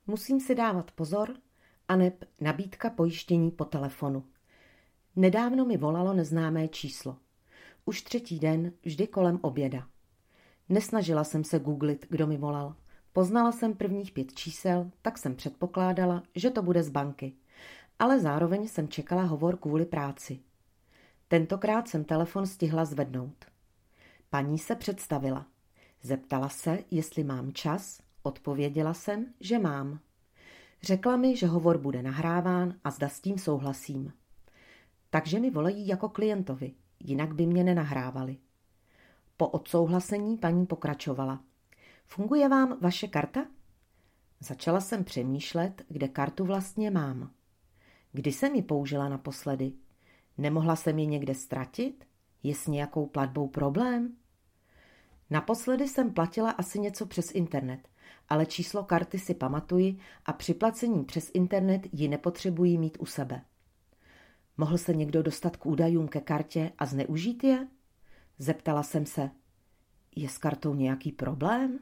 Musím si dávat pozor, aneb nabídka pojištění po telefonu. Nedávno mi volalo neznámé číslo. Už 3. den, vždy kolem oběda. Nesnažila jsem se googlit, kdo mi volal. Poznala jsem prvních 5 čísel, tak jsem předpokládala, že to bude z banky. Ale zároveň jsem čekala hovor kvůli práci. Tentokrát jsem telefon stihla zvednout. Paní se představila. Zeptala se, jestli mám čas, odpověděla jsem, že mám. Řekla mi, že hovor bude nahráván a zda s tím souhlasím. Takže mi volají jako klientovi, jinak by mě nenahrávali. Po odsouhlasení paní pokračovala. Funguje vám vaše karta? Začala jsem přemýšlet, kde kartu vlastně mám. Kdy jsem ji použila naposledy? Nemohla jsem ji někde ztratit? Je s nějakou platbou problém? Naposledy jsem platila asi něco přes internet, ale číslo karty si pamatuji a při placení přes internet ji nepotřebuji mít u sebe. Mohl se někdo dostat k údajům ke kartě a zneužít je? Zeptala jsem se. Je s kartou nějaký problém?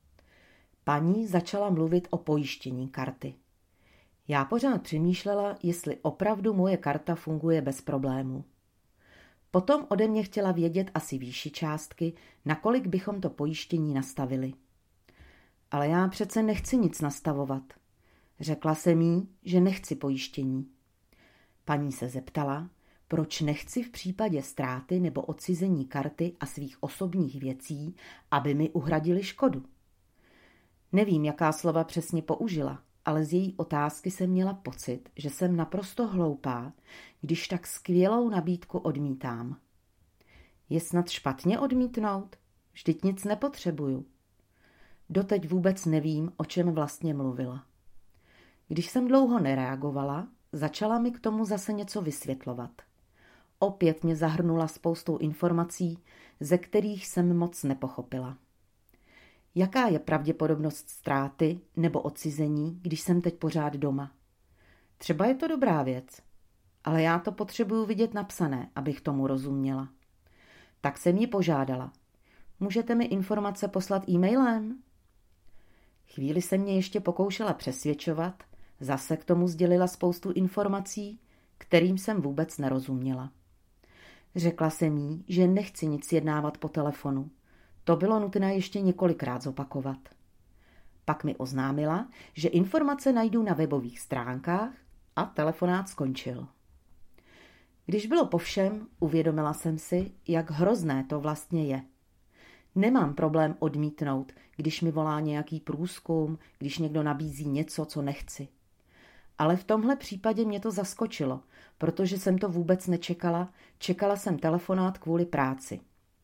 Paní začala mluvit o pojištění karty. Já pořád přemýšlela, jestli opravdu moje karta funguje bez problémů. Potom ode mě chtěla vědět asi výši částky, nakolik bychom to pojištění nastavili. Ale já přece nechci nic nastavovat. Řekla jsem jí, že nechci pojištění. Paní se zeptala, proč nechci v případě ztráty nebo odcizení karty a svých osobních věcí, aby mi uhradili škodu. Nevím, jaká slova přesně použila, ale z její otázky jsem měla pocit, že jsem naprosto hloupá, když tak skvělou nabídku odmítám. Je snad špatně odmítnout? Vždyť nic nepotřebuju. Doteď vůbec nevím, o čem vlastně mluvila. Když jsem dlouho nereagovala, začala mi k tomu zase něco vysvětlovat. Opět mě zahrnula spoustou informací, ze kterých jsem moc nepochopila. Jaká je pravděpodobnost ztráty nebo odcizení, když jsem teď pořád doma? Třeba je to dobrá věc, ale já to potřebuju vidět napsané, abych tomu rozuměla. Tak jsem ji požádala. Můžete mi informace poslat e-mailem? Chvíli se mě ještě pokoušela přesvědčovat, zase k tomu sdělila spoustu informací, kterým jsem vůbec nerozuměla. Řekla jsem jí, že nechci nic jednávat po telefonu. To bylo nutné ještě několikrát zopakovat. Pak mi oznámila, že informace najdu na webových stránkách a telefonát skončil. Když bylo po všem, uvědomila jsem si, jak hrozné to vlastně je. Nemám problém odmítnout, když mi volá nějaký průzkum, když někdo nabízí něco, co nechci. Ale v tomhle případě mě to zaskočilo, protože jsem to vůbec nečekala, čekala jsem telefonát kvůli práci.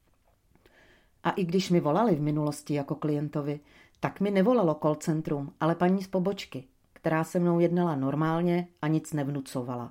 A i když mi volali v minulosti jako klientovi, tak mi nevolalo call centrum, ale paní z pobočky, která se mnou jednala normálně a nic nevnucovala.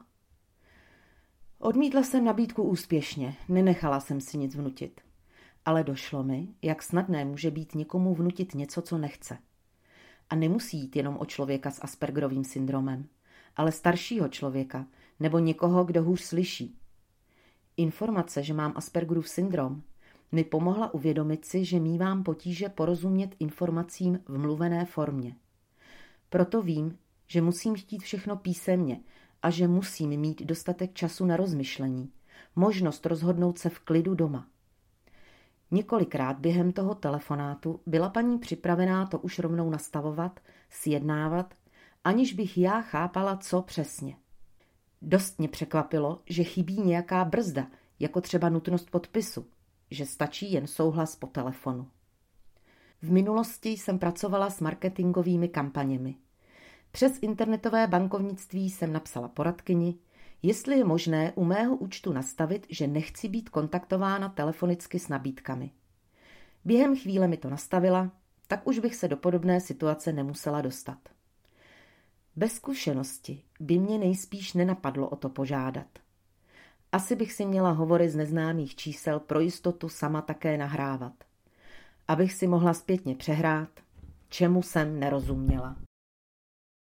Odmítla jsem nabídku úspěšně, nenechala jsem si nic vnutit. Ale došlo mi, jak snadné může být někomu vnutit něco, co nechce. A nemusí jít jenom o člověka s Aspergerovým syndromem, ale staršího člověka nebo někoho, kdo hůř slyší. Informace, že mám Aspergerův syndrom, mi pomohla uvědomit si, že mívám potíže porozumět informacím v mluvené formě. Proto vím, že musím chtít všechno písemně a že musím mít dostatek času na rozmyšlení, možnost rozhodnout se v klidu doma. Několikrát během toho telefonátu byla paní připravená to už rovnou nastavovat, sjednávat, aniž bych já chápala, co přesně. Dost mě překvapilo, že chybí nějaká brzda, jako třeba nutnost podpisu, že stačí jen souhlas po telefonu. V minulosti jsem pracovala s marketingovými kampaněmi. Přes internetové bankovnictví jsem napsala poradkyni, jestli je možné u mého účtu nastavit, že nechci být kontaktována telefonicky s nabídkami. Během chvíle mi to nastavila, tak už bych se do podobné situace nemusela dostat. Bez zkušenosti by mě nejspíš nenapadlo o to požádat. Asi bych si měla hovory z neznámých čísel pro jistotu sama také nahrávat. Abych si mohla zpětně přehrát, čemu jsem nerozuměla.